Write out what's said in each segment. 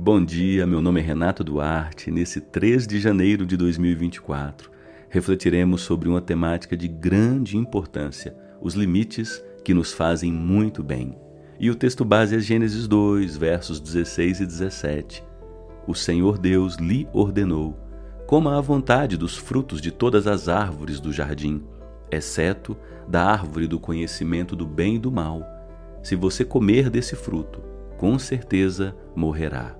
Bom dia, meu nome é Renato Duarte. Nesse 3 de janeiro de 2024, refletiremos sobre uma temática de grande importância, os limites que nos fazem muito bem. E o texto base é Gênesis 2, versos 16 e 17. O Senhor Deus lhe ordenou: coma à vontade dos frutos de todas as árvores do jardim, exceto da árvore do conhecimento do bem e do mal. Se você comer desse fruto, com certeza morrerá.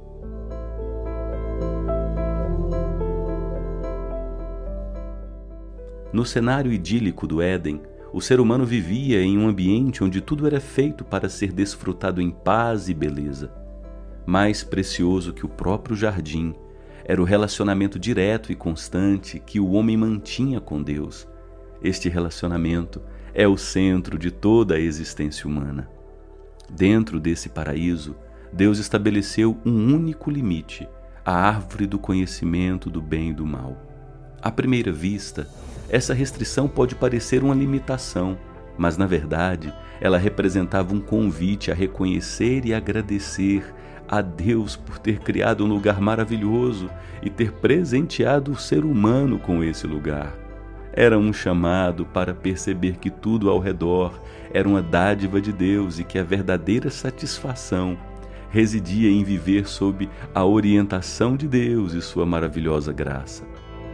No cenário idílico do Éden, o ser humano vivia em um ambiente onde tudo era feito para ser desfrutado em paz e beleza. Mais precioso que o próprio jardim era o relacionamento direto e constante que o homem mantinha com Deus. Este relacionamento é o centro de toda a existência humana. Dentro desse paraíso, Deus estabeleceu um único limite, a árvore do conhecimento do bem e do mal. À primeira vista, essa restrição pode parecer uma limitação, mas na verdade ela representava um convite a reconhecer e agradecer a Deus por ter criado um lugar maravilhoso e ter presenteado o ser humano com esse lugar. Era um chamado para perceber que tudo ao redor era uma dádiva de Deus e que a verdadeira satisfação residia em viver sob a orientação de Deus e sua maravilhosa graça.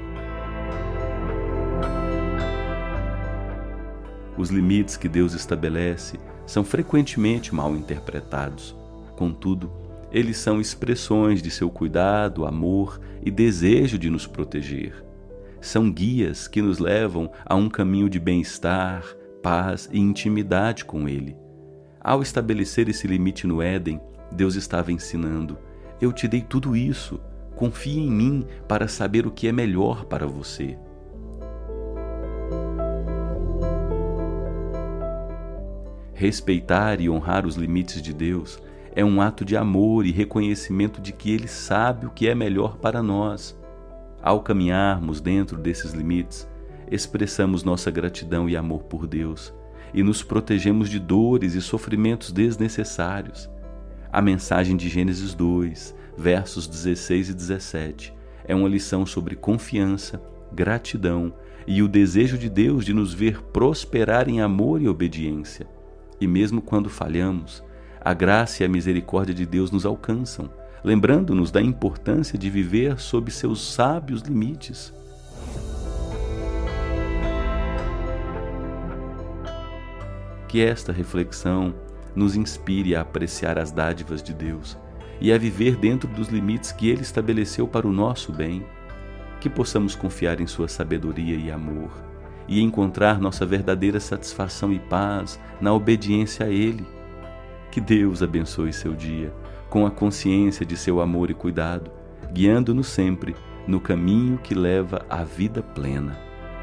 Os limites que Deus estabelece são frequentemente mal interpretados. Contudo, eles são expressões de seu cuidado, amor e desejo de nos proteger. São guias que nos levam a um caminho de bem-estar, paz e intimidade com Ele. Ao estabelecer esse limite no Éden, Deus estava ensinando: eu te dei tudo isso, confie em mim para saber o que é melhor para você. Respeitar e honrar os limites de Deus é um ato de amor e reconhecimento de que Ele sabe o que é melhor para nós. Ao caminharmos dentro desses limites, expressamos nossa gratidão e amor por Deus e nos protegemos de dores e sofrimentos desnecessários. A mensagem de Gênesis 2, versos 16 e 17, é uma lição sobre confiança, gratidão e o desejo de Deus de nos ver prosperar em amor e obediência. E mesmo quando falhamos, a graça e a misericórdia de Deus nos alcançam, lembrando-nos da importância de viver sob seus sábios limites. Que esta reflexão nos inspire a apreciar as dádivas de Deus e a viver dentro dos limites que Ele estabeleceu para o nosso bem. Que possamos confiar em sua sabedoria e amor e encontrar nossa verdadeira satisfação e paz na obediência a Ele. Que Deus abençoe seu dia com a consciência de seu amor e cuidado, guiando-nos sempre no caminho que leva à vida plena.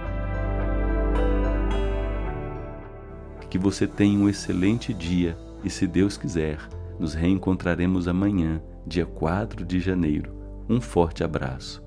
Que você tenha um excelente dia e, se Deus quiser, nos reencontraremos amanhã, dia 4 de janeiro. Um forte abraço.